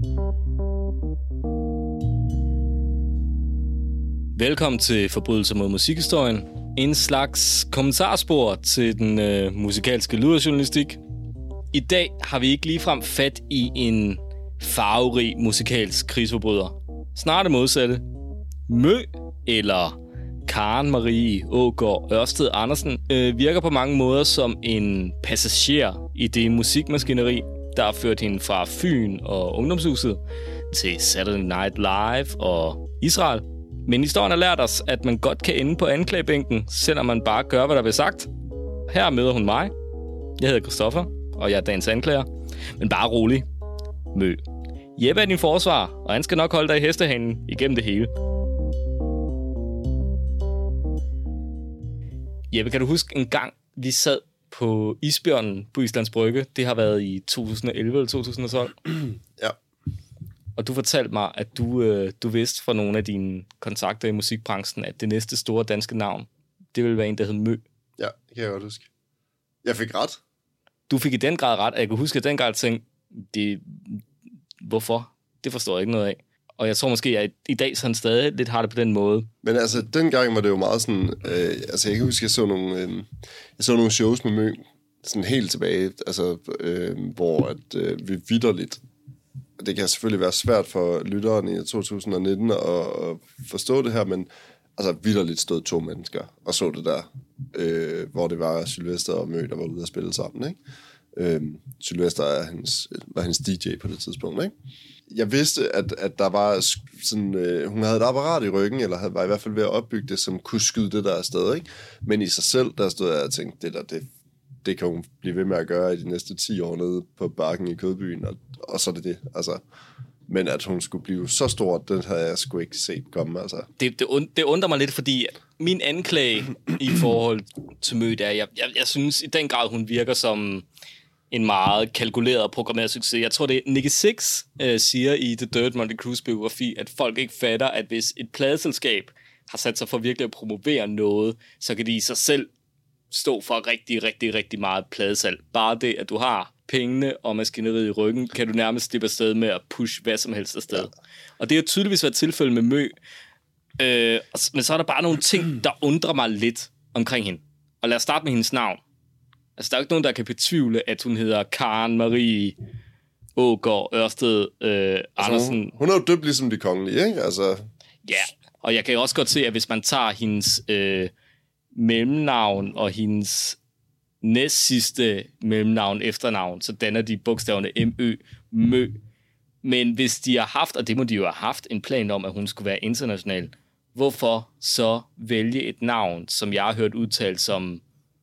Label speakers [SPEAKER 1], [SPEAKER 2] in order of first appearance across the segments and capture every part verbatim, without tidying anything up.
[SPEAKER 1] Velkommen til Forbrydelser mod musikhistorien. En slags kommentarspor til den øh, musikalske lyderjournalistik. I dag har vi ikke ligefrem fat i en farverig musikalsk krigsforbryder. Snart det modsatte. Mø eller Karen Marie Aagaard Ørsted Andersen øh, virker på mange måder som en passager i det musikmaskineri, der har ført hende fra Fyn og Ungdomshuset til Saturday Night Live og Israel. Men historien har lært os, at man godt kan ende på anklagebænken, selvom man bare gør, hvad der bliver sagt. Her møder hun mig. Jeg hedder Christoffer, og jeg er dagens anklager. Men bare rolig. Mø. Jeppe er din forsvar, og han skal nok holde dig i hestehanen igennem det hele. Jeppe, kan du huske en gang, vi sad på Isbjørnen på Islands Brygge? Det har været i to tusind og elleve eller to tusind og tolv.
[SPEAKER 2] Ja.
[SPEAKER 1] Og du fortalte mig, at du, øh, du vidste fra nogle af dine kontakter i musikbranchen, at det næste store danske navn, det ville være en, der hed Mø.
[SPEAKER 2] Ja, det kan jeg godt huske. Jeg fik ret.
[SPEAKER 1] Du fik i den grad ret, og jeg kan huske, at den grad tænkte, det, hvorfor? Det forstår jeg ikke noget af. Og jeg tror måske, at i dag så han stadig lidt har det på den måde.
[SPEAKER 2] Men altså, dengang var det jo meget sådan... Øh, altså, jeg kan huske, at jeg så nogle, øh, jeg så nogle shows med Mø, sådan helt tilbage, altså, øh, hvor at, øh, vi vitterligt... Det kan selvfølgelig være svært for lytteren i to tusind og nitten at, at forstå det her, men altså, vitterligt stod to mennesker og så det der, øh, hvor det var Sylvester og Mø, der var ude at spille sammen, ikke? Øh, Sylvester er hans, var hans D J på det tidspunkt, ikke? Jeg vidste, at, at der var sådan, øh, hun havde et apparat i ryggen, eller havde, var i hvert fald ved at opbygge det, som kunne skyde det der afsted, ikke? Men i sig selv, der stod jeg og tænkte, det der, det, det kan hun blive ved med at gøre i de næste ti år nede på Bakken i Kødbyen, og, og så er det det, altså. Men at hun skulle blive så stor, den havde jeg sgu ikke set komme, altså.
[SPEAKER 1] Det, det, und, det undrer mig lidt, fordi min anklage i forhold til Mø, er, jeg, jeg, jeg synes i den grad, hun virker som en meget kalkuleret og programmeret succes. Jeg tror, det er Nicky Six øh, siger i The Dirt Motley Crue's biografi, at folk ikke fatter, at hvis et pladeselskab har sat sig for virkelig at promovere noget, så kan de i sig selv stå for rigtig, rigtig, rigtig meget pladesalg. Bare det, at du har pengene og maskineriet i ryggen, kan du nærmest slippe afsted med at pushe hvad som helst afsted. Ja. Og det har tydeligvis været tilfælde med Mø. Øh, men så er der bare nogle ting, der undrer mig lidt omkring hende. Og lad os starte med hendes navn. Altså, der er jo ikke nogen, der kan betvivle, at hun hedder Karen Marie Aagaard Ørsted øh, Andersen.
[SPEAKER 2] Altså, hun er jo døbt ligesom de kongelige, ikke? Altså...
[SPEAKER 1] Ja, og jeg kan jo også godt se, at hvis man tager hendes øh, mellemnavn og hendes næst sidste mellemnavn efternavn, så danner de bogstaverne M Ø, Mø. Men hvis de har haft, og det må de jo have haft, en plan om, at hun skulle være international, hvorfor så vælge et navn, som jeg har hørt udtalt som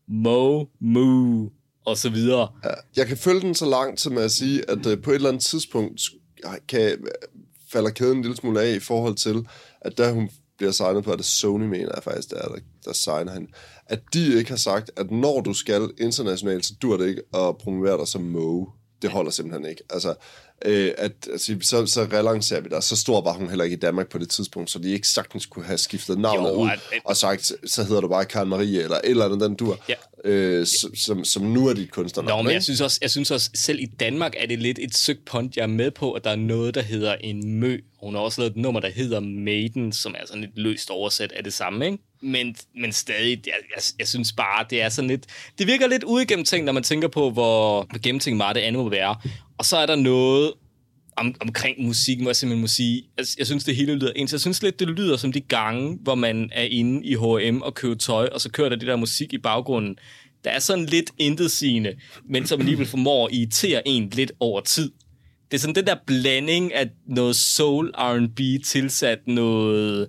[SPEAKER 1] Mo, Mu, og så videre?
[SPEAKER 2] Ja, jeg kan følge den så langt til med at sige, at uh, på et eller andet tidspunkt kan, falder kæden en lille smule af i forhold til, at da hun bliver signet på, at det Sony mener jeg faktisk, der, der, der signer hende, at de ikke har sagt, at når du skal internationalt, så dur det ikke at promovere dig som Mo. Det holder simpelthen ikke. Altså, øh, at, altså, så, så relancerer vi der. Så stor var hun heller ikke i Danmark på det tidspunkt, så de ikke sagtens kunne have skiftet navnet jo, ud at, at, og sagt, så hedder du bare Karen Marie, eller et eller andet, den dur, ja. øh, som, som nu er dit kunstnernavn.
[SPEAKER 1] Nå, men jeg synes, også, jeg synes også, selv i Danmark er det lidt et søgt punt, jeg er med på, at der er noget, der hedder en Mø. Hun har også lavet et nummer, der hedder Maiden, som er sådan lidt løst oversat af det samme, ikke? Men, men stadig, jeg, jeg, jeg synes bare, det er sådan lidt... Det virker lidt uigennemtænkt, når man tænker på, hvor gennemtænkt meget det andet må være. Og så er der noget om, omkring musikken, hvor jeg simpelthen må sige... Jeg, jeg synes, det hele lyder ens. Jeg synes lidt, det lyder som de gange, hvor man er inde i H og M og køber tøj, og så kører der det der musik i baggrunden. Der er sådan lidt intetsigende, men som alligevel formår at irritere en lidt over tid. Det er sådan den der blanding af noget soul R and B tilsat noget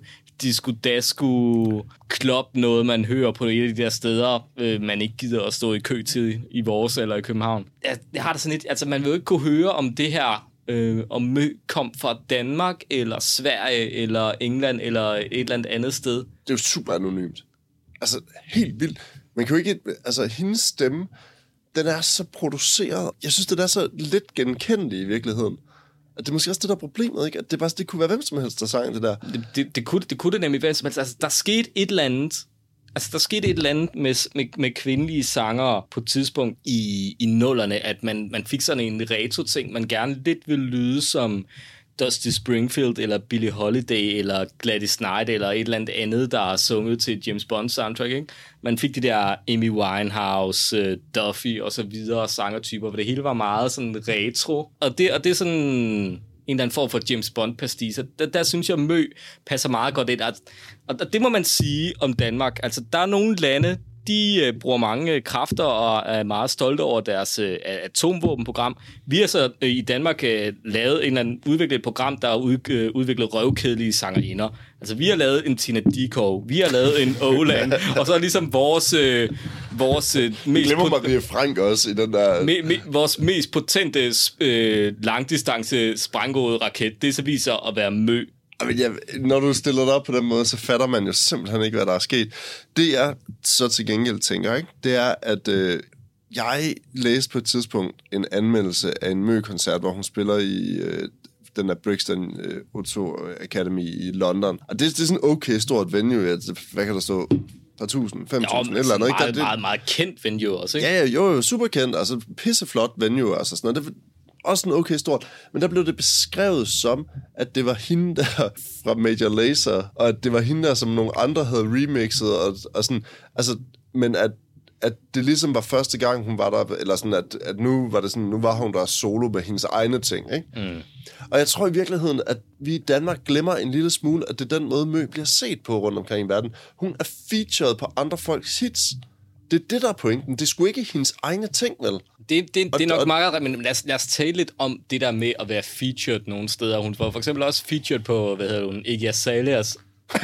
[SPEAKER 1] disco-dasco klub, noget man hører på et af de der steder, øh, man ikke gider at stå i kø til i vores eller i København. Jeg, jeg har det sådan lidt, altså man vil jo ikke kunne høre om det her, øh, om Mø kom fra Danmark, eller Sverige, eller England, eller et eller andet andet sted.
[SPEAKER 2] Det er jo super anonymt. Altså helt vildt. Man kan jo ikke, altså hendes stemme, den er så produceret. Jeg synes, det er så lidt genkendeligt i virkeligheden. At det er måske også det der problemet, ikke? At det, bare, det kunne være hvem som helst, der sang det der.
[SPEAKER 1] Det, det, det, kunne, det kunne det nemlig være som helst. Altså, der skete et eller andet Altså, der skete et eller andet med, med, med kvindelige sangere på et tidspunkt i, i nullerne, at man, man fik sådan en retro-ting, man gerne lidt ville lyde som Dusty Springfield, eller Billie Holiday, eller Gladys Knight, eller et eller andet andet, der er sunget til James Bond soundtrack, ikke? Man fik de der Amy Winehouse, uh, Duffy og så videre sangertyper, hvor det hele var meget sådan retro. Og det, og det er sådan en eller anden form for James Bond-pastice. Der, der synes jeg, Mø passer meget godt ind. Og det må man sige om Danmark. Altså, der er nogle lande, de øh, bruger mange kræfter og er meget stolte over deres øh, atomvåbenprogram. Vi har så øh, i Danmark øh, lavet en eller anden, udviklet et program, der har ud, øh, udviklet røvkedelige sangerinder. Altså, vi har lavet en Tina Dickow, vi har lavet en Åland, og så er ligesom vores, øh, vores øh, mest...
[SPEAKER 2] Glemmer Marie Frank også i den der...
[SPEAKER 1] Me, me, vores mest potente øh, langdistance sprænghoved raket, det så viser at være Mø.
[SPEAKER 2] Men ja, når du stiller det op på den måde, så fatter man jo simpelthen ikke, hvad der er sket. Det jeg så til gengæld tænker, ikke, det er, at øh, jeg læste på et tidspunkt en anmeldelse af en Mø-koncert, hvor hun spiller i øh, den der Brixton øh, Auto Academy i London. Og det, det er sådan okay stort venue. Altså, hvad kan der stå? par tusind, fem tusind, et eller andet.
[SPEAKER 1] Meget,
[SPEAKER 2] ikke?
[SPEAKER 1] meget, meget kendt venue også, ikke?
[SPEAKER 2] Ja, jo, jo, super kendt. Altså, pisseflot venue, altså sådan noget. Det også en okay stort, men der blev det beskrevet som, at det var hende der fra Major Lazer, og at det var hende der, som nogle andre havde remixet, og, og sådan, altså, men at, at det ligesom var første gang, hun var der, eller sådan, at, at nu var det sådan, nu var hun der solo med hendes egne ting, ikke? Mm. Og jeg tror i virkeligheden, at vi i Danmark glemmer en lille smule, at det er den måde, Mø bliver set på rundt omkring i verden. Hun er featured på andre folks hits. Det er det, der er pointen. Det er sgu ikke hendes egne ting, vel?
[SPEAKER 1] Det, det, det er nok og, meget, men lad os, lad os tale lidt om det der med at være featured nogle steder. Hun var for eksempel også featured på, hvad hedder hun, Iggy Azaleas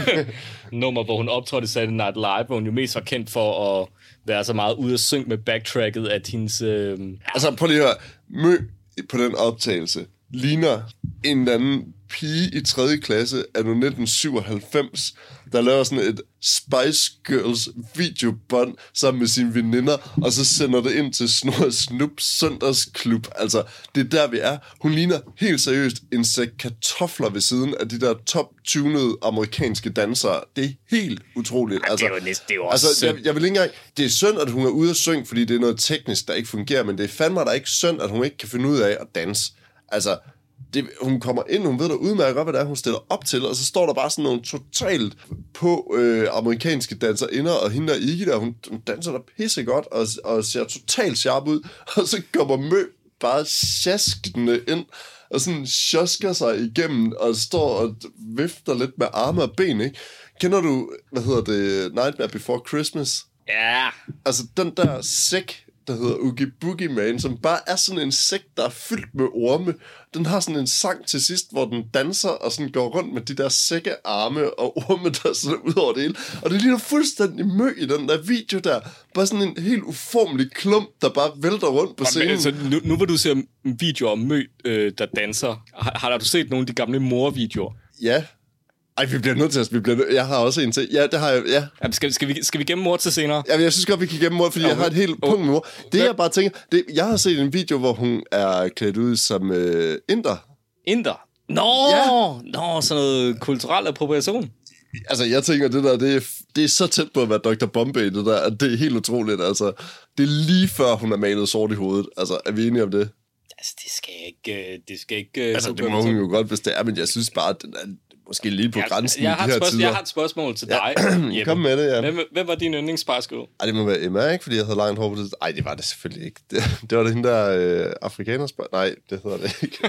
[SPEAKER 1] nummer, hvor hun optrådte i Saturday Night Live, hvor hun jo mest var kendt for at være så meget ude at synge med backtracket, at hendes... Øh...
[SPEAKER 2] Altså, prøv lige at høre. Mø på den optagelse ligner en eller anden pige i tredje klasse af nu nitten syvoghalvfems, der laver sådan et Spice Girls videobånd sammen med sine veninder, og så sender det ind til Snor Snup Søndagsklub. Altså, det er der, vi er. Hun ligner helt seriøst en sæk kartofler ved siden af de der top-tunede amerikanske dansere. Det er helt utroligt.
[SPEAKER 1] Ja,
[SPEAKER 2] altså,
[SPEAKER 1] det er jo næsten, det er jo også
[SPEAKER 2] altså, jeg, jeg vil ikke engang... Det er synd, at hun er ude at synge, fordi det er noget teknisk, der ikke fungerer, men det er fandme der ikke synd, at hun ikke kan finde ud af at danse. Altså... Det, hun kommer ind, hun ved da udmærket godt, hvad det er, hun stiller op til, og så står der bare sådan nogle totalt på øh, amerikanske danserinder, og hende der Iggy der, hun, hun danser der pisse godt, og, og ser totalt sharp ud, og så kommer Mø bare sjaskende ind, og sådan sjosker sig igennem, og står og vifter lidt med arme og ben, ikke? Kender du, hvad hedder det, Nightmare Before Christmas?
[SPEAKER 1] Ja.
[SPEAKER 2] Altså, den der sæk, der hedder Oogie Boogie Man, som bare er sådan en sæk, der er fyldt med orme. Den har sådan en sang til sidst, hvor den danser og sådan går rundt med de der sække arme og orme, der sådan ud over det hele. Og det ligner fuldstændig Mø i den der video der. Bare sådan en helt uformelig klump, der bare vælter rundt på scenen.
[SPEAKER 1] Altså, nu, nu hvor du ser en video om Mø, øh, der danser, har, har du set nogle af de gamle mor-videoer?
[SPEAKER 2] Ja. Ej, vi bliver nødt til at... Vi bliver nød... Jeg har også en til. Ja, det har jeg... Ja.
[SPEAKER 1] Jamen, skal, skal, vi, skal vi gemme mor til senere?
[SPEAKER 2] Ja, jeg synes godt, vi kan gemme mor, fordi okay. Jeg har et helt punkt med mor. Det, jeg bare tænker... Det, jeg har set en video, hvor hun er klædt ud som øh, inder.
[SPEAKER 1] Inder? Nå! Ja. Nå, sådan noget kulturel appropriation.
[SPEAKER 2] Altså, jeg tænker, det der, det er, det er så tæt på at være doktor Bombay, det der, at det er helt utroligt. Altså, det er lige før, hun er malet sort i hovedet. Altså, er vi enige om det?
[SPEAKER 1] Altså, det skal ikke... Det skal ikke...
[SPEAKER 2] Altså, det må hun jo godt, hvis det er, men jeg synes bare, at den er måske lige på grænsen
[SPEAKER 1] jeg, jeg
[SPEAKER 2] i de her
[SPEAKER 1] spørgsmål,
[SPEAKER 2] tider.
[SPEAKER 1] Jeg har et spørgsmål til dig,
[SPEAKER 2] ja. Kom med det, ja.
[SPEAKER 1] Hvem, hvem var din yndlings Spice Girl?
[SPEAKER 2] Ej, det må være Emma, ikke? Fordi jeg havde langt hår på det. Ej, det var det selvfølgelig ikke. Det, det var det hende der øh, afrikaner Spice. Nej, det hedder det ikke.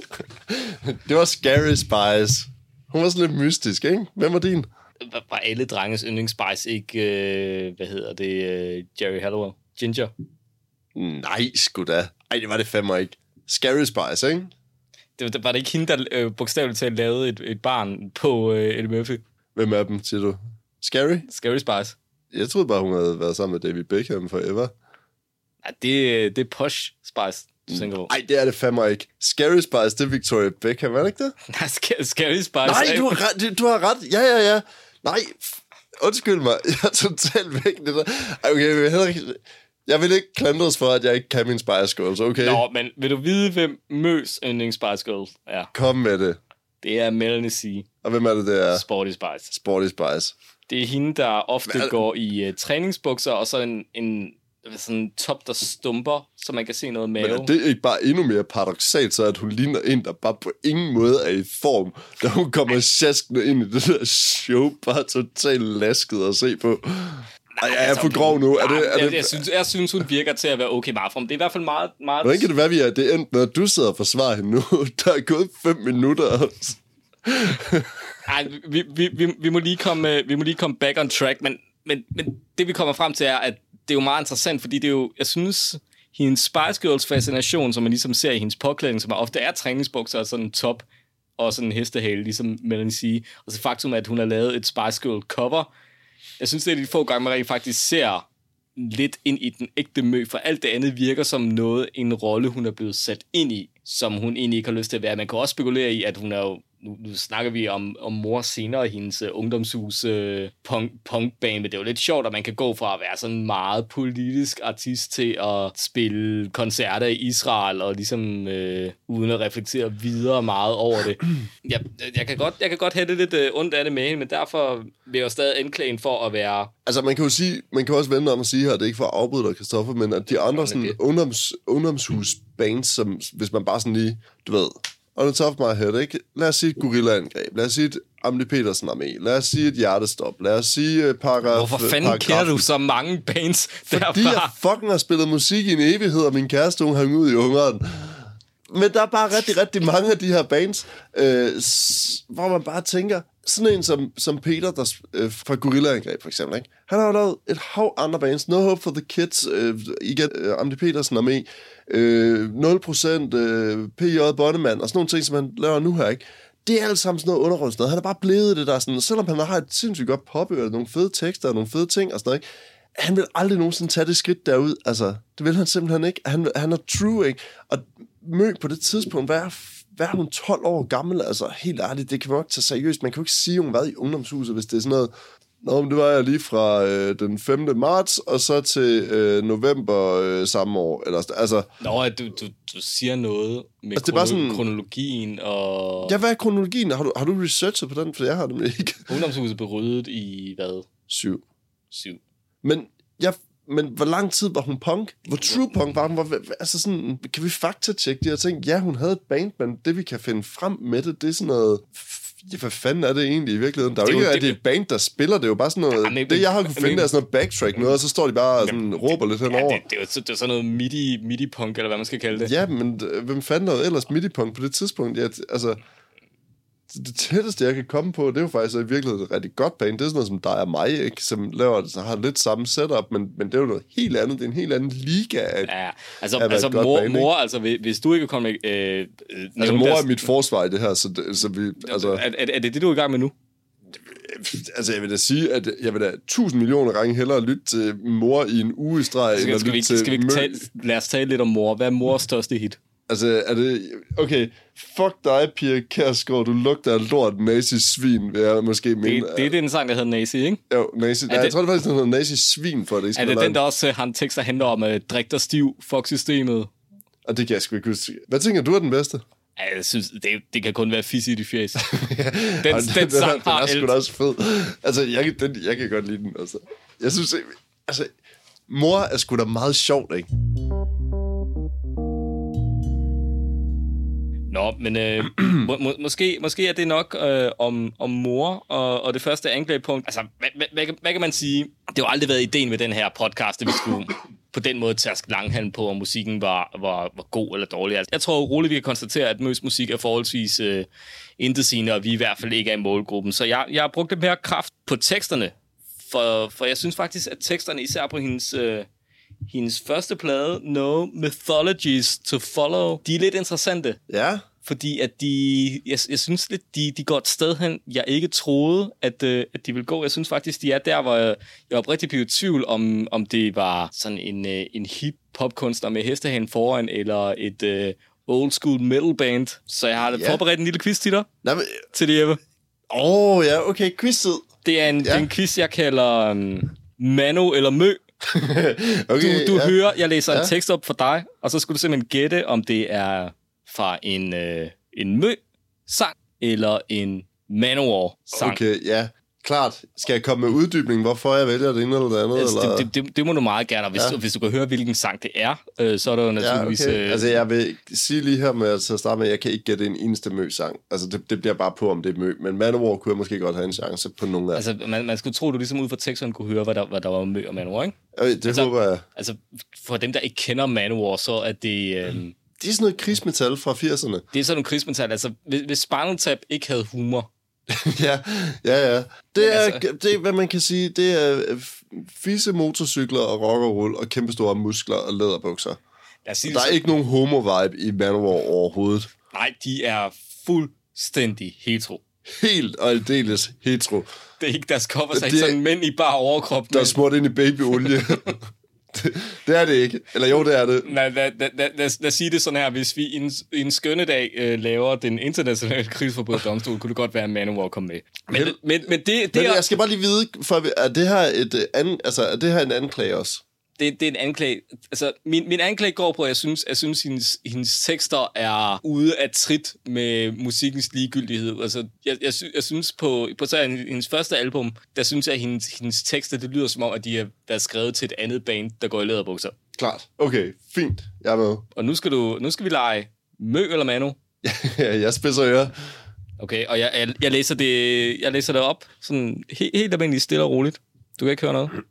[SPEAKER 2] Det var Scary Spice. Hun var sådan lidt mystisk, ikke? Hvem var din?
[SPEAKER 1] Var, var alle drenges yndlings Spice ikke, øh, hvad hedder det, øh, Jerry Halliwell? Ginger?
[SPEAKER 2] Nej, sgu da. Ej, det var det fandme ikke. Scary Spice, ikke?
[SPEAKER 1] Det, var det ikke hende, der øh, bogstaveligt talt lavede et, et barn på øh, Eddie Murphy?
[SPEAKER 2] Hvem af dem, siger du? Scary?
[SPEAKER 1] Scary Spice.
[SPEAKER 2] Jeg troede bare, hun havde været sammen med David Beckham forever.
[SPEAKER 1] Nej, det, det er Posh Spice, du tænker på.
[SPEAKER 2] Nej, det er det fandme ikke. Scary Spice, det er Victoria Beckham, er det ikke det?
[SPEAKER 1] Nej, Scary Spice...
[SPEAKER 2] Nej, du har ret. Du har ret. Ja, ja, ja. Nej, undskyld mig. Jeg er totalt væk. Det der. Okay, jeg vil heller ikke... Jeg vil ikke klandres for, at jeg ikke kan min Spice Girls, okay?
[SPEAKER 1] Nå, men vil du vide, hvem Møs yndlings Spice Girls er?
[SPEAKER 2] Kom med det.
[SPEAKER 1] Det er Melanie C.
[SPEAKER 2] Og hvem er det, det er?
[SPEAKER 1] Sporty Spice.
[SPEAKER 2] Sporty Spice.
[SPEAKER 1] Det er hende, der ofte
[SPEAKER 2] Hvad?
[SPEAKER 1] går i uh, træningsbukser, og så en, en sådan en top, der stumper, så man kan se noget mave.
[SPEAKER 2] Men er det ikke bare endnu mere paradoksalt, så at hun ligner en, der bare på ingen måde er i form, da hun kommer sjaskende ind i det der show, bare totalt lasket at se på. Ej, jeg er for grov nu. Er det, er
[SPEAKER 1] jeg,
[SPEAKER 2] det,
[SPEAKER 1] jeg, synes, jeg synes, hun virker til at være okay meget for. Det er i hvert fald meget... meget...
[SPEAKER 2] Hvordan kan det være, vi er det endt, når du sidder og forsvarer hende nu? Der er gået fem minutter.
[SPEAKER 1] Ej, vi, vi, vi, vi, må lige komme, vi må lige komme back on track, men, men, men det vi kommer frem til er, at det er jo meget interessant, fordi det er jo, jeg synes, hendes Spice Girls fascination, som man ligesom ser i hendes påklædning, som ofte er træningsbukser og sådan en top og sådan en hestehale, ligesom Melanie C. Og så faktum er, at hun har lavet et Spice Girl cover. Jeg synes, det er de få gange, man faktisk ser lidt ind i den ægte Mø, for alt det andet virker som noget, en rolle, hun er blevet sat ind i, som hun egentlig ikke har lyst til at være. Man kan også spekulere i, at hun er jo, nu, nu snakker vi om, om mor senere, hendes uh, ungdomshus uh, punk, punkband, men det er jo lidt sjovt, at man kan gå fra at være sådan en meget politisk artist til at spille koncerter i Israel, og ligesom uh, uden at reflektere videre meget over det. Jeg, jeg, kan, godt, jeg kan godt have det lidt uh, ondt af det med hende, men derfor vil jeg jo stadig anklage hende for at være...
[SPEAKER 2] Altså, man kan jo sige, man kan også vende om at sige her, at det er ikke for at afbryde dig, Christoffer, men at de andre sådan, ungdoms, ungdomshusbands, som hvis man bare sådan lige, du ved, on the top of my head, ikke? Lad os sige et gorilla-angreb, lad os sige et Amelie Petersen armé, lad os sige et hjertestop, lad os sige uh, paragraf...
[SPEAKER 1] Hvorfor fanden kender du så mange bands derfra?
[SPEAKER 2] Fordi jeg fucking har spillet musik i en evighed, og min kæreste, hun hang ud i ungeren. Men der er bare rigtig, rigtig mange af de her bands, øh, s- hvor man bare tænker, sådan en som, som Peter, der øh, fra Gorilla-angreb for eksempel, ikke? Han har jo lavet et hav andre bands. No Hope for the Kids, øh, igen, øh, Amelie Petersen er med, øh, nul procent, øh, P J Bonnemann, og sådan nogle ting, som han laver nu her, ikke? Det er alt sammen sådan noget undergrundsnød. Han er bare blevet det der sådan, selvom han har et sindssygt godt popø, nogle fede tekster og nogle fede ting og sådan noget, ikke? Han vil aldrig nogensinde tage det skridt derud. Altså, det vil han simpelthen ikke. Han, han er true, ikke? Og Mø på det tidspunkt, hvad er, hvad er hun tolv år gammel? Altså, helt ærligt, det kan man jo ikke tage seriøst. Man kan jo ikke sige, hun har været i ungdomshuset, hvis det er sådan noget. Nå, men det var jeg lige fra øh, den femte marts, og så til øh, november øh, samme år. Eller, altså,
[SPEAKER 1] Nå, at du, du, du siger noget med
[SPEAKER 2] altså, det er bare
[SPEAKER 1] krono-
[SPEAKER 2] sådan,
[SPEAKER 1] kronologien og...
[SPEAKER 2] Ja, hvad er kronologien? Har du, har du researchet på den? For jeg har det ikke.
[SPEAKER 1] Ungdomshuset blev ryddet i, hvad?
[SPEAKER 2] Syv.
[SPEAKER 1] Syv.
[SPEAKER 2] Men, jeg, men hvor lang tid var hun punk? Hvor true punk var hun? Hvor, altså sådan, kan vi faktatjekke de her ting? Ja, hun havde et band, men det vi kan finde frem med det, det er sådan noget... Ja, hvad fanden er det egentlig i virkeligheden? Der er jo ikke, at det er et band, der spiller. Det er jo bare sådan noget... Ja, men, det, jeg har kunnet finde, men, er sådan noget backtrack noget, og så står de bare og sådan, råber lidt henover.
[SPEAKER 1] Ja, det, det, er jo, det er sådan noget midi, midi-punk, eller hvad man skal kalde det.
[SPEAKER 2] Ja, men hvem fanden er ellers midi-punk på det tidspunkt? Ja, altså... Det tætteste, jeg kan komme på, det er jo faktisk i virkeligheden et rigtig godt band. Det er sådan noget som dig og mig, ikke? Som laver, så har lidt samme setup, men, men det er jo noget helt andet. Det er en helt anden liga af,
[SPEAKER 1] ja, altså,
[SPEAKER 2] af
[SPEAKER 1] altså mor,
[SPEAKER 2] band,
[SPEAKER 1] mor, altså hvis du ikke kommer med... Øh,
[SPEAKER 2] altså mor er mit forsvar i det her, så, det, så vi... Altså,
[SPEAKER 1] er, er, er det det, du er i gang med nu?
[SPEAKER 2] Altså, jeg vil da sige, at jeg vil da tusind millioner gange hellere lytte til mor i en uge i streg,
[SPEAKER 1] skal,
[SPEAKER 2] end at
[SPEAKER 1] skal
[SPEAKER 2] lytte
[SPEAKER 1] vi,
[SPEAKER 2] til
[SPEAKER 1] skal vi
[SPEAKER 2] mø-
[SPEAKER 1] tale, lad os tale lidt om mor. Hvad er mors største hit?
[SPEAKER 2] Altså, er det... Okay, fuck dig, Pia Kjærsgaard, du lugter af lort, nazi-svin, vil jeg måske mene.
[SPEAKER 1] Det, det er den sang, der hedder Nazi, ikke?
[SPEAKER 2] Jo, nazi... Nej, det, jeg tror det faktisk, den hedder nazi-svin, for at det ikke skal
[SPEAKER 1] være. Er det den,
[SPEAKER 2] der
[SPEAKER 1] også uh, har en tekst, der handler om uh, drik dig stiv, fuck systemet?
[SPEAKER 2] Og det kan jeg sgu ikke huske. Hvad tænker du er den bedste?
[SPEAKER 1] Ja, jeg synes, det, det kan kun være fis i de fjæs. den, den,
[SPEAKER 2] den,
[SPEAKER 1] den sang har
[SPEAKER 2] den er sgu da også fed. Altså, jeg, den, jeg kan godt lide den, altså. Jeg synes, altså... Mor er sgu da meget sjovt, ikke?
[SPEAKER 1] Nå, men øh, må, må, måske, måske er det nok øh, om, om mor og, og det første anklagepunkt. Altså, hvad, hvad, hvad, hvad kan man sige? Det har jo aldrig været ideen med den her podcast, at vi skulle på den måde tærske langhalm på, om musikken var, var, var god eller dårlig. Altså, jeg tror roligt, vi kan konstatere, at Møs musik er forholdsvis øh, intetsigende, og vi i hvert fald ikke er i målgruppen. Så jeg, jeg har brugt lidt mere kraft på teksterne, for, for jeg synes faktisk, at teksterne, især på hendes... Øh, hendes første plade, No Mythologies to Follow, de er lidt interessante.
[SPEAKER 2] Ja.
[SPEAKER 1] Fordi at de, jeg, jeg synes lidt, de, de går et sted hen, jeg ikke troede, at, øh, at de ville gå. Jeg synes faktisk, de er der, hvor jeg, jeg var rigtig blevet i tvivl, om, om det var sådan en, øh, en hip popkunstner med hestehalen foran, eller et øh, old school metal band. Så jeg har ja. forberedt en lille quiz til dig. Nej, men... Til det, Jeppe.
[SPEAKER 2] Åh, oh, ja, okay, quiz-tid.
[SPEAKER 1] Det er en, ja. en quiz, jeg kalder um, Mano eller Mø.
[SPEAKER 2] okay,
[SPEAKER 1] du du
[SPEAKER 2] ja.
[SPEAKER 1] hører, jeg læser
[SPEAKER 2] ja.
[SPEAKER 1] en tekst op for dig, og så skulle du simpelthen gætte, om det er fra en, øh, en Mø-sang eller en Manowar-sang.
[SPEAKER 2] Okay, ja. Klart. Skal jeg komme med uddybning, hvorfor jeg vælger det ene eller det andet?
[SPEAKER 1] Altså,
[SPEAKER 2] eller?
[SPEAKER 1] Det, det, det må du meget gerne, og hvis, ja. hvis du kan høre, hvilken sang det er, øh, så er der jo naturligvis...
[SPEAKER 2] Ja, okay.
[SPEAKER 1] øh...
[SPEAKER 2] Altså, jeg vil sige lige her med at starte med, at jeg kan ikke gætte en eneste Mø-sang. Altså, det, det bliver bare på, om det er Mø. Men Manowar kunne jeg måske godt have en chance på nogle af.
[SPEAKER 1] Altså, man, man skulle tro, du ligesom ud fra teksten kunne høre, hvad der, hvad der var Mø og Manowar, ikke?
[SPEAKER 2] Okay, det
[SPEAKER 1] altså,
[SPEAKER 2] håber jeg.
[SPEAKER 1] Altså, for dem, der ikke kender Manowar, så er det... Øh...
[SPEAKER 2] Det er sådan noget krigsmetal fra firserne.
[SPEAKER 1] Det er sådan noget krigsmetal. Altså, hvis, hvis Spinal Tap ikke havde humor...
[SPEAKER 2] ja, ja, ja. Det er,
[SPEAKER 1] altså...
[SPEAKER 2] det er, hvad man kan sige, det er fisse motorcykler og rock og roll og kæmpestore muskler og læderbukser. Der er
[SPEAKER 1] så...
[SPEAKER 2] ikke nogen homo-vibe i Manowar overhovedet.
[SPEAKER 1] Nej, de er fuldstændig hetero.
[SPEAKER 2] Helt og aldeles hetero.
[SPEAKER 1] Det er ikke deres cover, så ikke sådan mænd i bare overkrop.
[SPEAKER 2] Der er smurt ind i babyolie. Det, det er det ikke. Eller jo, det er det.
[SPEAKER 1] Lad, lad, lad, lad, lad, lad sige det sådan her. Hvis vi en, en skønne dag øh, laver den internationale krigsforbryderdomstol, kunne det godt være, at Manowar kom med. Men, men, men, men det, det
[SPEAKER 2] men
[SPEAKER 1] er...
[SPEAKER 2] Jeg skal bare lige vide, for, er det her et an, altså, er det her en anklage også?
[SPEAKER 1] Det, det er en anklage. Altså, min, min anklage går på, at jeg synes, jeg synes hendes, hendes tekster er ude af trit med musikkens ligegyldighed. Altså, jeg, jeg, sy, jeg synes på, på så hendes første album, der synes jeg, at hendes, hendes tekster, det lyder som om, at de er, der er skrevet til et andet band, der går i læderbukser.
[SPEAKER 2] Klart. Okay, fint. Jeg er med.
[SPEAKER 1] Og nu skal, du, nu skal vi lege Mø eller Mano.
[SPEAKER 2] Ja, jeg spidser ører.
[SPEAKER 1] Okay, og jeg, jeg, jeg, læser det, jeg læser det op, sådan helt, helt almindeligt, stille og roligt. Du kan ikke høre noget.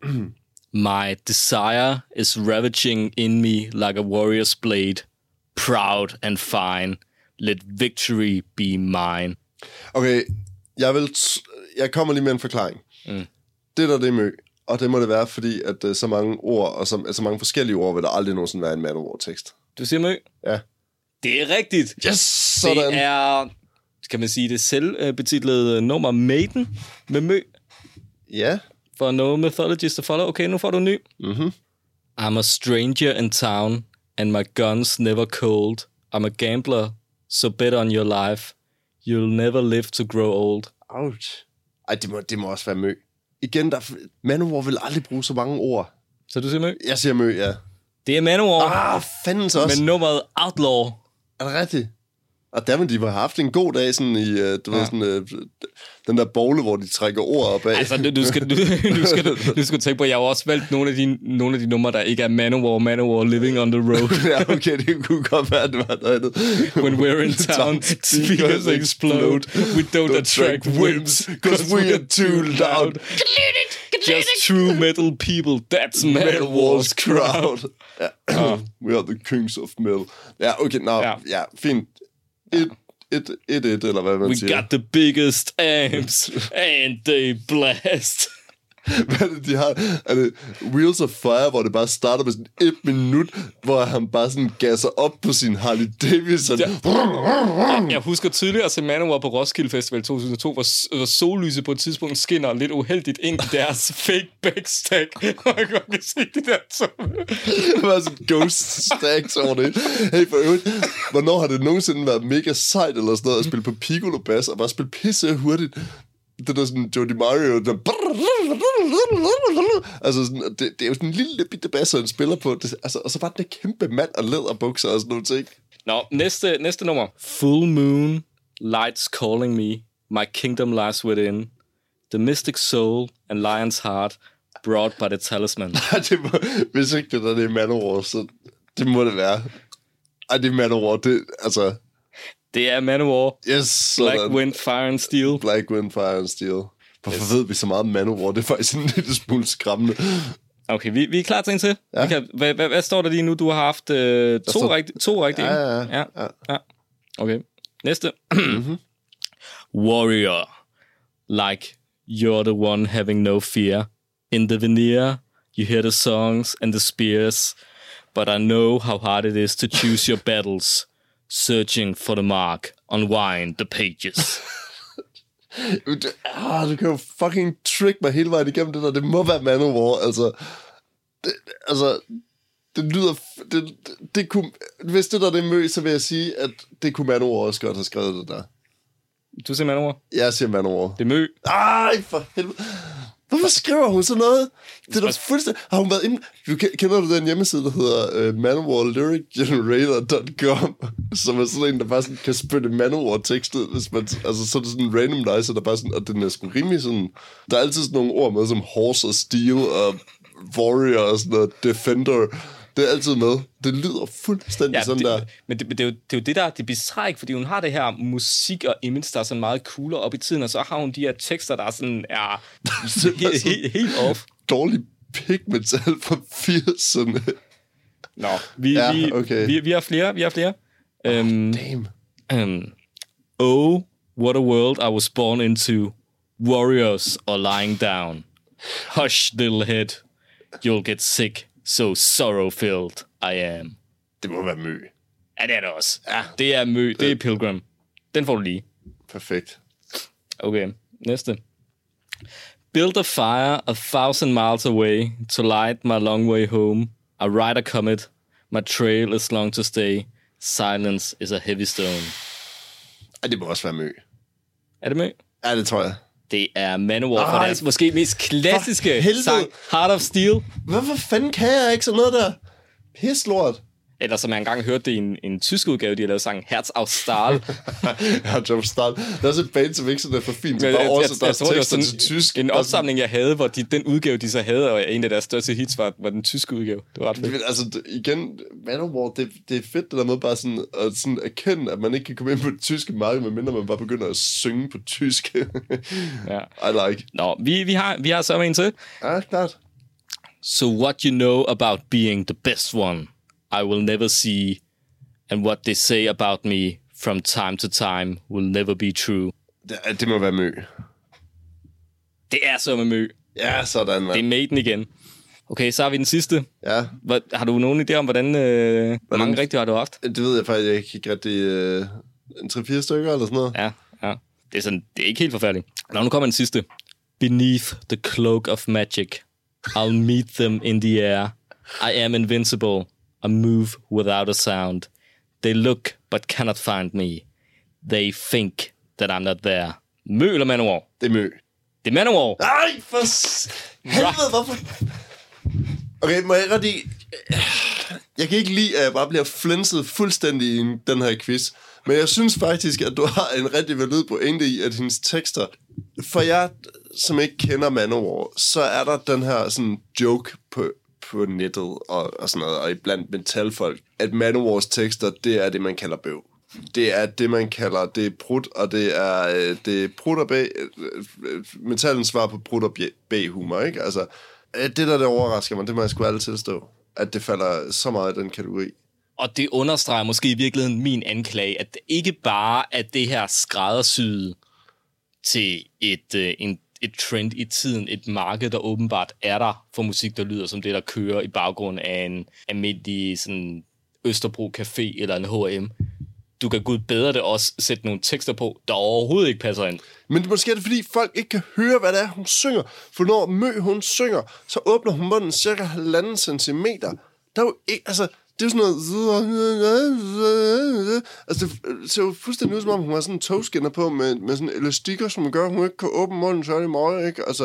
[SPEAKER 1] My desire is ravaging in me like a warrior's blade. Proud and fine. Let victory be mine.
[SPEAKER 2] Okay, jeg, vil t- jeg kommer lige med en forklaring.
[SPEAKER 1] Mm.
[SPEAKER 2] Det der, det er Mø. Og det må det være, fordi at uh, så mange ord, og så, så mange forskellige ord, vil der aldrig nogensinde være en Manowar-tekst.
[SPEAKER 1] Du siger Mø?
[SPEAKER 2] Ja.
[SPEAKER 1] Det er rigtigt.
[SPEAKER 2] Yes, sådan.
[SPEAKER 1] Det er, kan man sige, det selvbetitlede nummer Maiden med Mø.
[SPEAKER 2] Ja.
[SPEAKER 1] For no mythologies to follow. Okay, nu får du en ny.
[SPEAKER 2] Mhm.
[SPEAKER 1] I'm a stranger in town, and my gun's never cold. I'm a gambler, so bet on your life. You'll never live to grow old.
[SPEAKER 2] Ouch. Ej, det må, det må også være Mø. Igen, der, Manowar vil aldrig bruge så mange ord.
[SPEAKER 1] Så du siger Mø?
[SPEAKER 2] Jeg siger Mø, ja.
[SPEAKER 1] Det er Manowar.
[SPEAKER 2] Ah, fandens også.
[SPEAKER 1] Men nummeret Outlaw.
[SPEAKER 2] Er det rigtigt? Og der de har haft en god dag sådan i, uh, du ja. ved, sådan, uh, den der bogle, hvor de trækker ord op af.
[SPEAKER 1] Altså, du, du, skal, du, du, skal, du, du skal tænke på, at jeg har også valgt nogle af de, nogle af de numre, der ikke er Manowar, Manowar, Living on the Road.
[SPEAKER 2] Ja, okay, det kunne godt være, at det var noget andet.
[SPEAKER 1] When we're in town, speakers explode. We don't attract wimps, because we are too loud. Just true metal people, that's Manowar's crowd.
[SPEAKER 2] Ja. Uh. We are the kings of metal. Ja, okay, nå, ja, ja fint. Et, et, et, et, eller hvad man
[SPEAKER 1] We
[SPEAKER 2] siger.
[SPEAKER 1] We got the biggest amps, and they blast.
[SPEAKER 2] Hvad er det, de har? Er det Wheels of Fire, hvor det bare starter med sådan et minut, hvor han bare sådan gasser op på sin Harley Davidson?
[SPEAKER 1] Ja. Jeg, jeg husker tydeligt at se Manowar på Roskilde Festival to tusind og to, hvor, hvor sollyset på et tidspunkt skinner lidt uheldigt ind i deres fake backstack. Og jeg godt kan se de der to.
[SPEAKER 2] Det var sådan ghost stacks over det. Hey, for øvrigt, hvornår har det nogensinde været mega sejt eller sådan noget at spille på piccolo bass og bare spille pisse hurtigt? Det der sådan Jody Mario, der... Altså, sådan, det, det er jo sådan en lille bitte bass, han spiller på. Det, altså, og så bare den der kæmpe mand og læderbukser og sådan noget ting.
[SPEAKER 1] Nå, næste, næste nummer. Full Moon, Lights Calling Me, My Kingdom Lies Within, The Mystic Soul and Lion's Heart, Brought by the Talisman.
[SPEAKER 2] Det må, hvis ikke det der det er Manowar, så det må det være. Ej, det er Manowar, det, altså...
[SPEAKER 1] Det er Manowar.
[SPEAKER 2] Yes.
[SPEAKER 1] Black
[SPEAKER 2] Sådan.
[SPEAKER 1] Wind, Fire and Steel.
[SPEAKER 2] Black Wind, Fire and Steel. Hvorfor yes. ved vi så meget om Manowar? Det er faktisk en lille smule skræmmende.
[SPEAKER 1] Okay, vi, vi er klar til en til.
[SPEAKER 2] Ja.
[SPEAKER 1] Vi kan, hvad, hvad, hvad står der lige nu? Du har haft øh, to,
[SPEAKER 2] står...
[SPEAKER 1] rigtige, to rigtige.
[SPEAKER 2] Ja, ja, ja.
[SPEAKER 1] ja, ja. Okay, næste. Mm-hmm. Warrior. Like you're the one having no fear. In the veneer, you hear the songs and the spears. But I know how hard it is to choose your battles. Searching for the mark, unwind the pages.
[SPEAKER 2] ah, du kan jo fucking trick mig hele vejen igennem det der. Det må være Manowar, altså. Det, altså, det lyder... Det, det, det kunne, hvis det der det er Mø, så vil jeg sige, at det kunne Manowar også godt have skrevet det der.
[SPEAKER 1] Du siger Manowar?
[SPEAKER 2] Jeg siger Manowar.
[SPEAKER 1] Det er Mø.
[SPEAKER 2] Ej, for helvede. Hvorfor skriver hun sådan noget? Det er da fuldstændig... Har hun været inde... Du kender du den hjemmeside, der hedder uh, manowar lyric generator dot com, som er sådan en, der bare sådan kan spytte Manowar-tekst ud, hvis man... Altså, så er det sådan en randomizer, der bare sådan... Og den er sgu rimelig sådan... Der er altid sådan nogle ord med, som horse og steel og warrior og sådan noget, defender... Det er altid med. Det lyder fuldstændig ja, sådan
[SPEAKER 1] det,
[SPEAKER 2] der.
[SPEAKER 1] Men det, det, er jo, det er jo det, der er det bizarre, fordi hun har det her musik og image, der er sådan meget coolere op i tiden, og så har hun de her tekster, der er sådan, er helt, helt, helt off.
[SPEAKER 2] Dårlig pigmental fra firserne.
[SPEAKER 1] Nå, vi,
[SPEAKER 2] ja,
[SPEAKER 1] vi,
[SPEAKER 2] okay.
[SPEAKER 1] vi, vi har flere, vi har flere.
[SPEAKER 2] Oh,
[SPEAKER 1] um,
[SPEAKER 2] damn.
[SPEAKER 1] Um, oh, what a world I was born into. Warriors are lying down. Hush, little head. You'll get sick. So sorrow-filled I am.
[SPEAKER 2] Det må være Mø.
[SPEAKER 1] Ja, det er det også. Ja, det er Mø. Det er Pilgrim. Den får du lige.
[SPEAKER 2] Perfekt.
[SPEAKER 1] Okay, næste. Build a fire a thousand miles away to light my long way home. I ride a comet. My trail is long to stay. Silence is a heavy stone.
[SPEAKER 2] Ja, det må også være Mø.
[SPEAKER 1] Er det Mø?
[SPEAKER 2] Ja, det tror jeg.
[SPEAKER 1] Det er Manowar for deres måske mest klassiske sang, Heart of Steel.
[SPEAKER 2] Hvorfor fanden kan jeg ikke sådan noget der? Pis lort.
[SPEAKER 1] Eller som jeg engang hørte det i en, en tysk udgave, de har lavet sangen Herz auf Stahl.
[SPEAKER 2] Herz auf Stahl. Det er også et band, som ikke sådan er for fint. Så bare oversætter deres tekster til tysk.
[SPEAKER 1] En opsamling, jeg havde, hvor de, den udgave, de så havde, og en af deres største hits var, var den tyske udgave. Det var ret fedt.
[SPEAKER 2] Men, altså, igen, Manowar, det, det er fedt det der med bare sådan at sådan erkende, at man ikke kan komme ind på det tyske marked, medmindre man bare begynder at synge på tysk.
[SPEAKER 1] Ja.
[SPEAKER 2] I like.
[SPEAKER 1] Nå, vi, vi har, vi har så en til.
[SPEAKER 2] Ja, klart.
[SPEAKER 1] So what you know about being the best one, I will never see, and what they say about me from time to time will never be true.
[SPEAKER 2] Det, det må være Mø.
[SPEAKER 1] Det er så med Mø.
[SPEAKER 2] Ja, sådan, man.
[SPEAKER 1] Det er Maiden igen. Okay, så har vi den sidste.
[SPEAKER 2] Ja.
[SPEAKER 1] Hvad, har du nogen idé om, hvordan, øh, hvordan hvor mange rigtige har du haft?
[SPEAKER 2] Det ved jeg faktisk ikke rigtig. Øh, en tre-fire stykker eller sådan noget.
[SPEAKER 1] Ja, ja. Det er, sådan, det er ikke helt forfærdeligt. Nå, nu kommer den sidste. Beneath the cloak of magic, I'll meet them in the air. I am invincible. I move without a sound. They look, but cannot find me. They think that I'm not there. Mø eller Manowar?
[SPEAKER 2] Det er Mø.
[SPEAKER 1] Det er Manowar.
[SPEAKER 2] Ej, for helvede, hvorfor? Okay, må jeg ret i... Jeg kan ikke lide, at jeg bare bliver flænset fuldstændig i den her quiz. Men jeg synes faktisk, at du har en rigtig valid pointe i, at hendes tekster... For jeg, som ikke kender Manowar, så er der den her sådan joke på... på nettet og, og sådan noget, og iblandt metalfolk, at Manowars tekster, det er det, man kalder bøv. Det er det, man kalder, det er prut, og det er, det er prut og bæ, metallen svar på prut og bæ-humor, ikke? Altså, det der, der overrasker mig, det må jeg sgu aldrig tilstå, at det falder så meget i den kategori.
[SPEAKER 1] Og det understreger måske i virkeligheden min anklage, at det ikke bare er det her skræddersyde til et, øh, en et trend i tiden, et marked, der åbenbart er der for musik, der lyder som det, der kører i baggrund af en almindelig sådan Østerbro Café eller en H og M. Du kan gud bedre det også sætte nogle tekster på, der overhovedet ikke passer ind.
[SPEAKER 2] Men måske er det, fordi folk ikke kan høre, hvad det er, hun synger. For når Mø, hun synger, så åbner hun munden cirka halvanden centimeter. Der er jo ikke, altså... Det er jo sådan noget... Altså, det ser jo fuldstændig ud, som om hun har sådan en togskinner på med, med sådan elastikker, som gør, at hun ikke kan åbne munden særlig meget, ikke? Altså...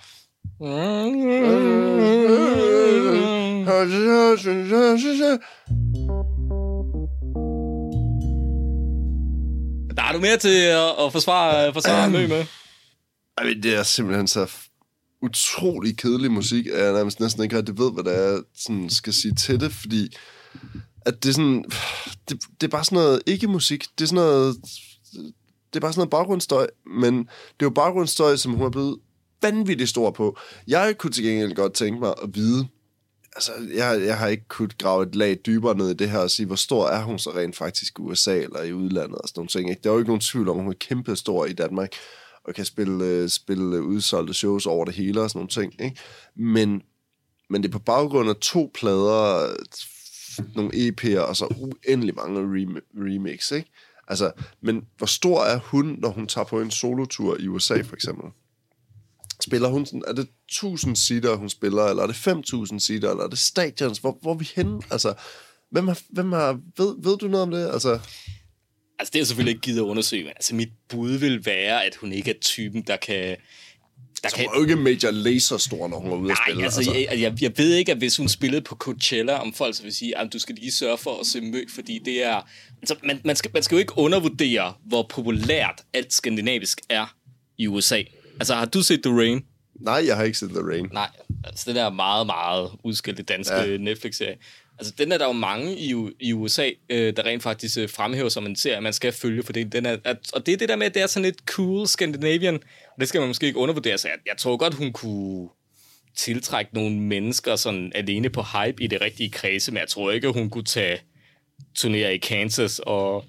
[SPEAKER 1] Der er du mere til at, at forsvare, forsvare Mø med?
[SPEAKER 2] Ej, det er simpelthen så utrolig kedelig musik, at jeg nærmest næsten ikke rigtig ved, hvad det er, sådan skal sige til det, fordi at det er sådan, det, det er bare sådan noget ikke-musik, det er sådan noget, det er bare sådan noget baggrundsstøj, men det er jo baggrundsstøj, som hun er blevet vanvittigt stor på. Jeg kunne til gengæld godt tænke mig at vide, altså, jeg, jeg har ikke kunnet grave et lag dybere ned i det her og sige, hvor stor er hun så rent faktisk i U S A eller i udlandet og sådan nogle ting, ikke? Der er jo ikke nogen tvivl om, at hun er kæmpe stor i Danmark, og kan spille, spille udsolgte shows over det hele og sådan nogle ting, ikke? Men, men det er på baggrund af to plader, nogle E P'er, og så uendelig mange rem- remix, ikke? Altså, men hvor stor er hun, når hun tager på en solotur i U S A, for eksempel? Spiller hun sådan, er det tusind seater, hun spiller, eller er det fem tusind seater, eller er det stadions? Hvor, hvor er vi henne? Altså, hvem har, hvem har, ved, ved du noget om det? Altså...
[SPEAKER 1] Altså, det er jeg selvfølgelig ikke givet at undersøge, men altså, mit bud vil være, at hun ikke er typen, der kan
[SPEAKER 2] Der kan... var jo ikke Major Lazer stor, når hun var ude at spille.
[SPEAKER 1] Altså, altså. Jeg, jeg, jeg ved ikke, at hvis hun spillede på Coachella, om folk så vil sige, at du skal lige sørge for at se Mø, fordi det er... Altså, man, man, skal, man skal jo ikke undervurdere, hvor populært alt skandinavisk er i U S A. Altså, har du set The Rain?
[SPEAKER 2] Nej, jeg har ikke set The Rain.
[SPEAKER 1] Nej, altså det der meget, meget udskilte danske ja. Netflix-serie. Altså, den er der jo mange i, i U S A, øh, der rent faktisk øh, fremhæver som en serie, man skal følge, for det, den er, at, og det er det der med, at det er sådan lidt cool Scandinavian, og det skal man måske ikke undervurdere. Så jeg, jeg tror godt, hun kunne tiltrække nogle mennesker sådan alene på hype i det rigtige kredse, men jeg tror ikke, hun kunne tage turnere i Kansas og...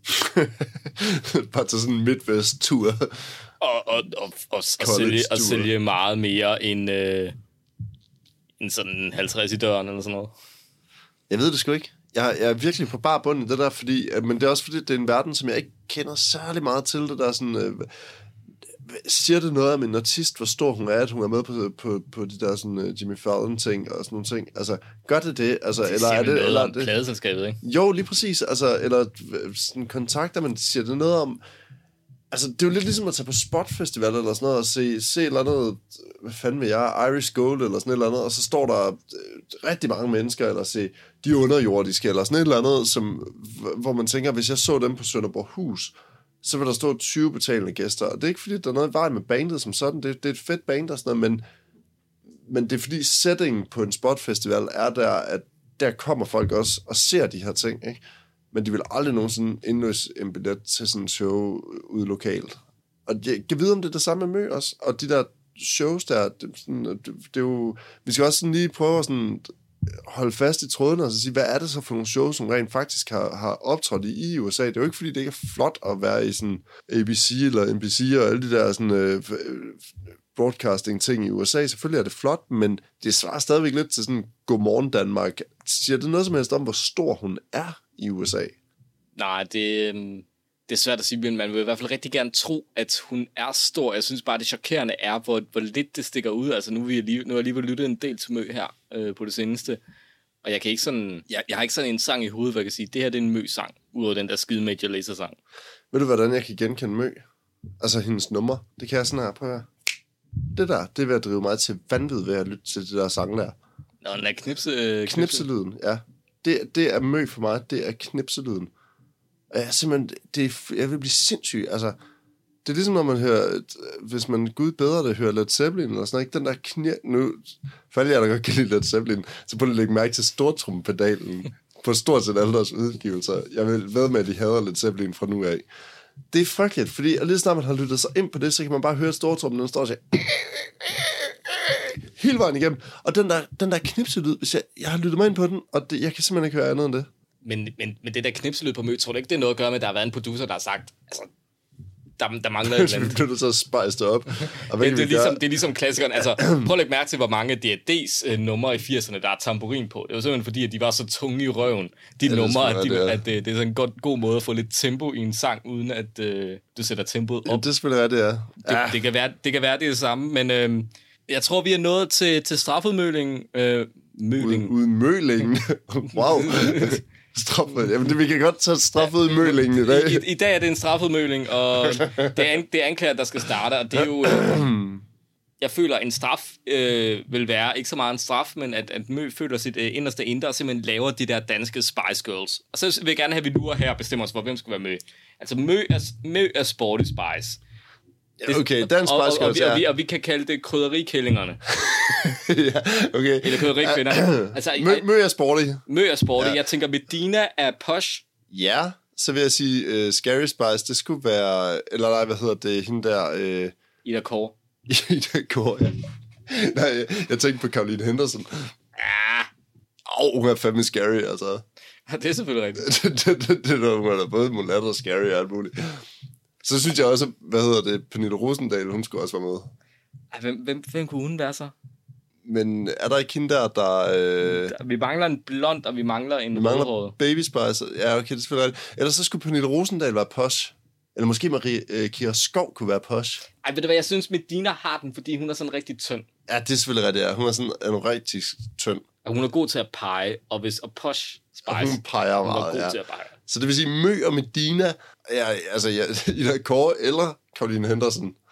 [SPEAKER 2] Bare tage sådan en Midwest-tur.
[SPEAKER 1] Og, og, og, og, og, sælge, og sælge meget mere end, øh, end sådan halvtreds i døren eller sådan noget.
[SPEAKER 2] Jeg ved det sgu ikke. Jeg, jeg er virkelig på bar bund i det der, fordi, men det er også fordi, det er en verden, som jeg ikke kender særlig meget til. Det der sådan, øh, siger det noget om en artist, hvor stor hun er, at hun er med på, på, på de der sådan, uh, Jimmy Fallon-ting og sådan nogle ting. Altså, gør det det? Altså,
[SPEAKER 1] det
[SPEAKER 2] eller er det
[SPEAKER 1] noget
[SPEAKER 2] eller
[SPEAKER 1] om
[SPEAKER 2] det
[SPEAKER 1] pladeselskabet, ikke?
[SPEAKER 2] Jo, lige præcis. Altså, eller sådan kontakter, man siger det noget om... Altså, det er jo lidt ligesom at tage på Spot Festival eller sådan noget, og se, se et eller andet, hvad fanden vil jeg, Irish Gold eller sådan et eller andet, og så står der øh, rigtig mange mennesker, eller se de underjordiske, eller sådan et eller andet, som, hvor man tænker, hvis jeg så dem på Sønderborghus, så vil der stå tyve betalende gæster, og det er ikke fordi, der er noget i vejen med bandet som sådan, det, det er et fedt band og sådan noget, men, men det er fordi settingen på en Spot Festival er der, at der kommer folk også og ser de her ting, ikke? Men de vil aldrig nogensinde indløse en billet til sådan en show ude lokalt. Og jeg kan vide, om det er det samme med Mø også. Og de der shows der, det, sådan, det, det er jo... Vi skal også sådan lige prøve at sådan holde fast i trådene og så sige, hvad er det så for nogle shows, som rent faktisk har, har optrådt i, i U S A? Det er jo ikke, fordi det ikke er flot at være i sådan A B C eller N B C og alle de der sådan... Øh, broadcasting-ting i U S A. Selvfølgelig er det flot, men det svarer stadigvæk lidt til sådan Godmorgen Danmark. Siger det noget som helst om, hvor stor hun er i U S A?
[SPEAKER 1] Nej, det, det er svært at sige, men man vil i hvert fald rigtig gerne tro, at hun er stor. Jeg synes bare, det chokerende er, hvor, hvor lidt det stikker ud. Altså, nu, vi lige, nu har jeg alligevel lyttet en del til Mø her øh, på det seneste, og jeg kan ikke sådan, jeg, jeg har ikke sådan en sang i hovedet, hvor jeg kan sige, det her det er en Mø-sang, udover den der skide Major Lazer-sang.
[SPEAKER 2] Ved du, hvordan jeg kan genkende Mø? Altså, hendes nummer. Det kan jeg sådan her, prøv at det der, det er ved at drive mig til vanvid ved at lytte til det der sang der.
[SPEAKER 1] Nå, den er knipse... Øh,
[SPEAKER 2] knipselyden, ja. Det, det er Mø for mig, det er knipselyden. Ja, simpelthen, det er, jeg vil blive sindssyg, altså... Det er ligesom, når man hører... Hvis man gud bedre det, hører Led Zeppelin eller sådan noget, ikke? Den der knæ... Nu falder jeg da godt kan lide Led Zeppelin, så prøv at lægge mærke til stortrumpedalen på stort set alle deres udgivelser. Jeg vil ved med, at de hader Led Zeppelin fra nu af. Det er frygteligt, fordi lige snart man har lyttet sig ind på det, så kan man bare høre stortrummen, den står og siger hele vejen igennem. Og den der, den der knipselyd, hvis jeg, jeg har lyttet mig ind på den, og det, jeg kan simpelthen ikke høre andet end det.
[SPEAKER 1] Men, men, men det der knipselyd på Mø, tror du ikke, det er noget at gøre med, at der har været en producer, der har sagt, altså, der, der mangler et eller andet.
[SPEAKER 2] Så bliver du så spice det op. Og
[SPEAKER 1] det, det, er ligesom, det er ligesom klassikeren. Altså, prøv at lægge mærke til, hvor mange D R D's uh, numre i firserne, der er tamburin på. Det var simpelthen fordi, at de var så tunge i røven, de ja, numre, at, de, det, at det, det er sådan en god, god måde at få lidt tempo i en sang, uden at uh, du sætter tempoet op.
[SPEAKER 2] Ja, det selvfølgelig er det, ja.
[SPEAKER 1] Det, ah. det, kan være, det kan være, det er det samme, men øh, jeg tror, vi er nået til, til strafudmøling. Øh, møling.
[SPEAKER 2] Uden mølingen. Wow. Straffet. Jamen, det, vi kan godt tage strafudmølingen i dag.
[SPEAKER 1] I, I, I dag er det en strafudmøling, og det er, det er anklager, der skal starte, og det er jo... Øh, jeg føler, en straf øh, vil være ikke så meget en straf, men at, at Mø føler sit øh, inderste indre og simpelthen laver de der danske Spice Girls. Og så vil jeg gerne have, at vi nu og her bestemmer os for, hvem skal være Mø. Altså, Mø er, Mø er sporty Spice.
[SPEAKER 2] Det, okay, dansk
[SPEAKER 1] og,
[SPEAKER 2] Spice
[SPEAKER 1] og, og,
[SPEAKER 2] Girls,
[SPEAKER 1] og,
[SPEAKER 2] ja.
[SPEAKER 1] og, vi, og vi kan kalde det krydderikællingerne.
[SPEAKER 2] Ja, okay.
[SPEAKER 1] Eller krydderikvinderne. Altså,
[SPEAKER 2] Mø, Mø er sporty.
[SPEAKER 1] Mø er sporty.
[SPEAKER 2] Ja.
[SPEAKER 1] Jeg tænker, Medina er posh.
[SPEAKER 2] Ja, så vil jeg sige, uh, Scary Spice, det skulle være... Eller nej, hvad hedder det? Hende der... Uh...
[SPEAKER 1] Ida Kåre.
[SPEAKER 2] Ida Kåre, ja. Nej, jeg, jeg tænkte på Caroline Henderson.
[SPEAKER 1] Ah.
[SPEAKER 2] Åh, oh, hun er fandme scary, altså.
[SPEAKER 1] Ja, det er selvfølgelig rigtigt.
[SPEAKER 2] det, det, det, det der, hun er både mulatter og scary og alt muligt. Så synes jeg også, hvad hedder det, Pernille Rosendal, hun skulle også være med.
[SPEAKER 1] Ej, hvem, hvem, hvem kunne hun være så?
[SPEAKER 2] Men er der ikke hende der, der... Øh...
[SPEAKER 1] der vi mangler en blond, og vi mangler en
[SPEAKER 2] Vi mangler Baby Spice. Ja, okay, det er selvfølgelig rigtigt. Ellers så skulle Pernille Rosendal være posh. Eller måske Marie øh, Kira Skov kunne være posh.
[SPEAKER 1] Ej, ved du hvad, jeg synes, Medina har den, fordi hun er sådan rigtig tynd.
[SPEAKER 2] Ja, det er selvfølgelig rigtigt, ja. Hun er sådan anorektisk tynd.
[SPEAKER 1] Og hun er god til at pege, og hvis og posh Spice...
[SPEAKER 2] Og hun peger
[SPEAKER 1] hun
[SPEAKER 2] meget,
[SPEAKER 1] er god
[SPEAKER 2] ja.
[SPEAKER 1] til at pege.
[SPEAKER 2] Så det vil sige, Mø og Medina, ja, altså ja, Ida Kåre eller Caroline Henderson.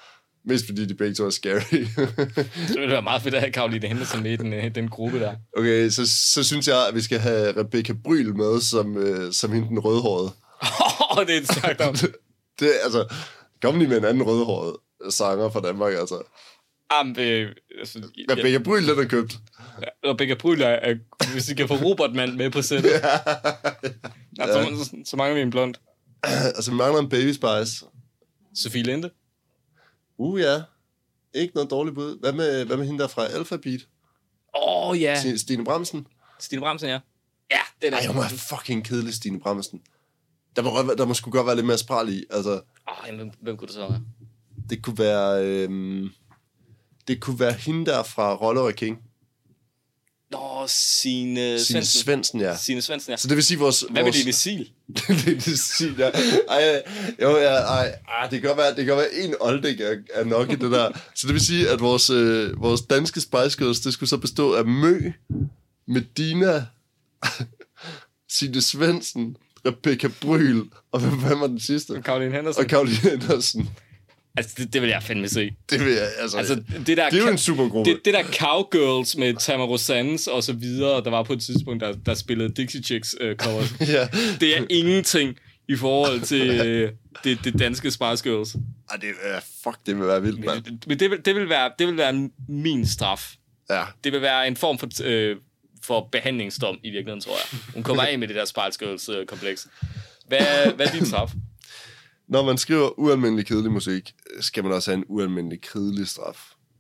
[SPEAKER 2] Mest fordi de begge to er scary.
[SPEAKER 1] Det ville være meget fedt at have Caroline Henderson med i den, den gruppe der.
[SPEAKER 2] Okay, så, så synes jeg, at vi skal have Rebecca Bryl med, som, øh, som hende den rødhårede.
[SPEAKER 1] Åh, oh, det er et sagt om.
[SPEAKER 2] Det, altså, kom lige med en anden rødhåret sanger fra Danmark, altså.
[SPEAKER 1] Jamen, øh, altså...
[SPEAKER 2] Rebecca Bryl, den er købt.
[SPEAKER 1] Ja, Rebecca Bryl er, hvis vi kan få Robert Mand med på sættet. Ja. Ja, så, så, så mangler vi en blond.
[SPEAKER 2] Altså, vi mangler en Baby Spice.
[SPEAKER 1] Sofie Linde.
[SPEAKER 2] Uh, ja. Ikke noget dårligt bud. Hvad med, hvad med hende der fra Alphabet?
[SPEAKER 1] Åh, oh, ja.
[SPEAKER 2] Yeah. Stine Bramsen?
[SPEAKER 1] Stine Bramsen, ja. Ja, den er...
[SPEAKER 2] Ej, hun er fucking kedelig, Stine Bramsen. Der må, der må sgu godt være lidt mere spral i, altså...
[SPEAKER 1] Åh, oh, jamen, hvem kunne det så være?
[SPEAKER 2] Det kunne være... Øhm, det kunne være hende der fra Rolle og King.
[SPEAKER 1] Nå, Signe Svendsen.
[SPEAKER 2] Signe Svendsen, ja.
[SPEAKER 1] Signe Svendsen, ja.
[SPEAKER 2] Så det vil sige vores...
[SPEAKER 1] Hvad
[SPEAKER 2] vores...
[SPEAKER 1] vil det sige?
[SPEAKER 2] det vil sige, ja. Ej, jo, ja, ej, ej, det kan godt være, det kan godt være en olding er, er nok i det der. Så det vil sige, at vores, øh, vores danske Spice Girls, det skulle så bestå af Mø, Medina, Signe Svendsen, Rebecca Bryl, og hvem, hvem var den sidste?
[SPEAKER 1] Caroline Henderson.
[SPEAKER 2] Og Caroline Henderson.
[SPEAKER 1] Altså, det, det vil jeg fandme se.
[SPEAKER 2] Det vil jeg, altså...
[SPEAKER 1] altså det, der
[SPEAKER 2] det er jo en supergruppe.
[SPEAKER 1] Det, det der Cowgirls med Tamara Rosands og så videre, der var på et tidspunkt, der, der spillede Dixie Chicks uh, covers.
[SPEAKER 2] Ja.
[SPEAKER 1] Det er ingenting i forhold til uh, det, det danske Spice Girls.
[SPEAKER 2] Ej, det er... Fuck, det vil være vildt, mand.
[SPEAKER 1] Men, men det, vil, det, vil være, det vil være min straf.
[SPEAKER 2] Ja.
[SPEAKER 1] Det vil være en form for... Uh, for behandlingsdom i virkeligheden, tror jeg. Hun kommer af med det der Spice Girls-kompleks. Hvad, hvad er din straf?
[SPEAKER 2] Når man skriver ualmindelig kedelig musik, skal man også have en ualmindelig kedelig straf.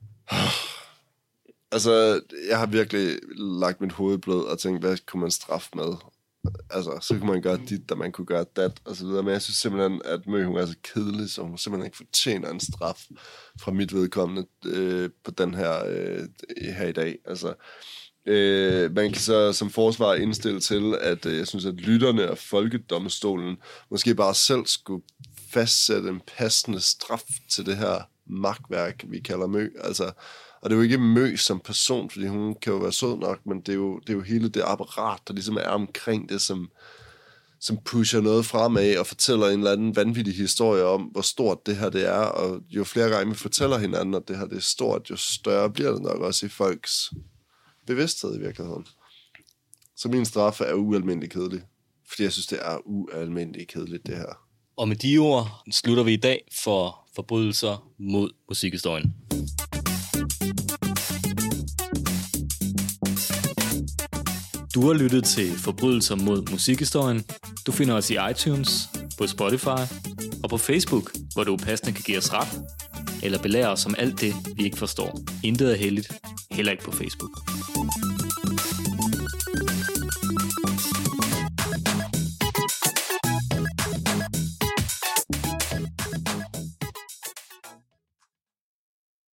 [SPEAKER 2] Altså, jeg har virkelig lagt mit hoved i blød og tænkt, hvad kunne man straffe med? Altså, så kunne man gøre dit, og man kunne gøre dat, og så videre. Men jeg synes simpelthen, at Mø, hun er så kedelig, så hun simpelthen ikke fortjener en straf fra mit vedkommende øh, på den her, øh, her i dag. Altså, Øh, man kan så som forsvar indstille til, at øh, jeg synes, at lytterne og Folkedomstolen måske bare selv skulle fastsætte en passende straf til det her magtværk, vi kalder Mø. Altså, og det er jo ikke Mø som person, fordi hun kan jo være sød nok, men det er jo, det er jo hele det apparat, der ligesom er omkring det, som, som pusher noget fremad og fortæller en eller anden vanvittig historie om, hvor stort det her det er. Og jo flere gange vi fortæller hinanden, at det her det er stort, jo større bliver det nok også i folks bevidsthed i virkeligheden. Så min straf er ualmindelig kedelig. Fordi jeg synes, det er ualmindelig kedeligt, det her.
[SPEAKER 1] Og med de ord slutter vi i dag for forbrydelser mod musikhistorien. Du har lyttet til Forbrydelser mod musikhistorien. Du finder os i iTunes, på Spotify og på Facebook, hvor du passende kan give os ret, eller belære os om alt det, vi ikke forstår. Intet er heldigt, heller ikke på Facebook.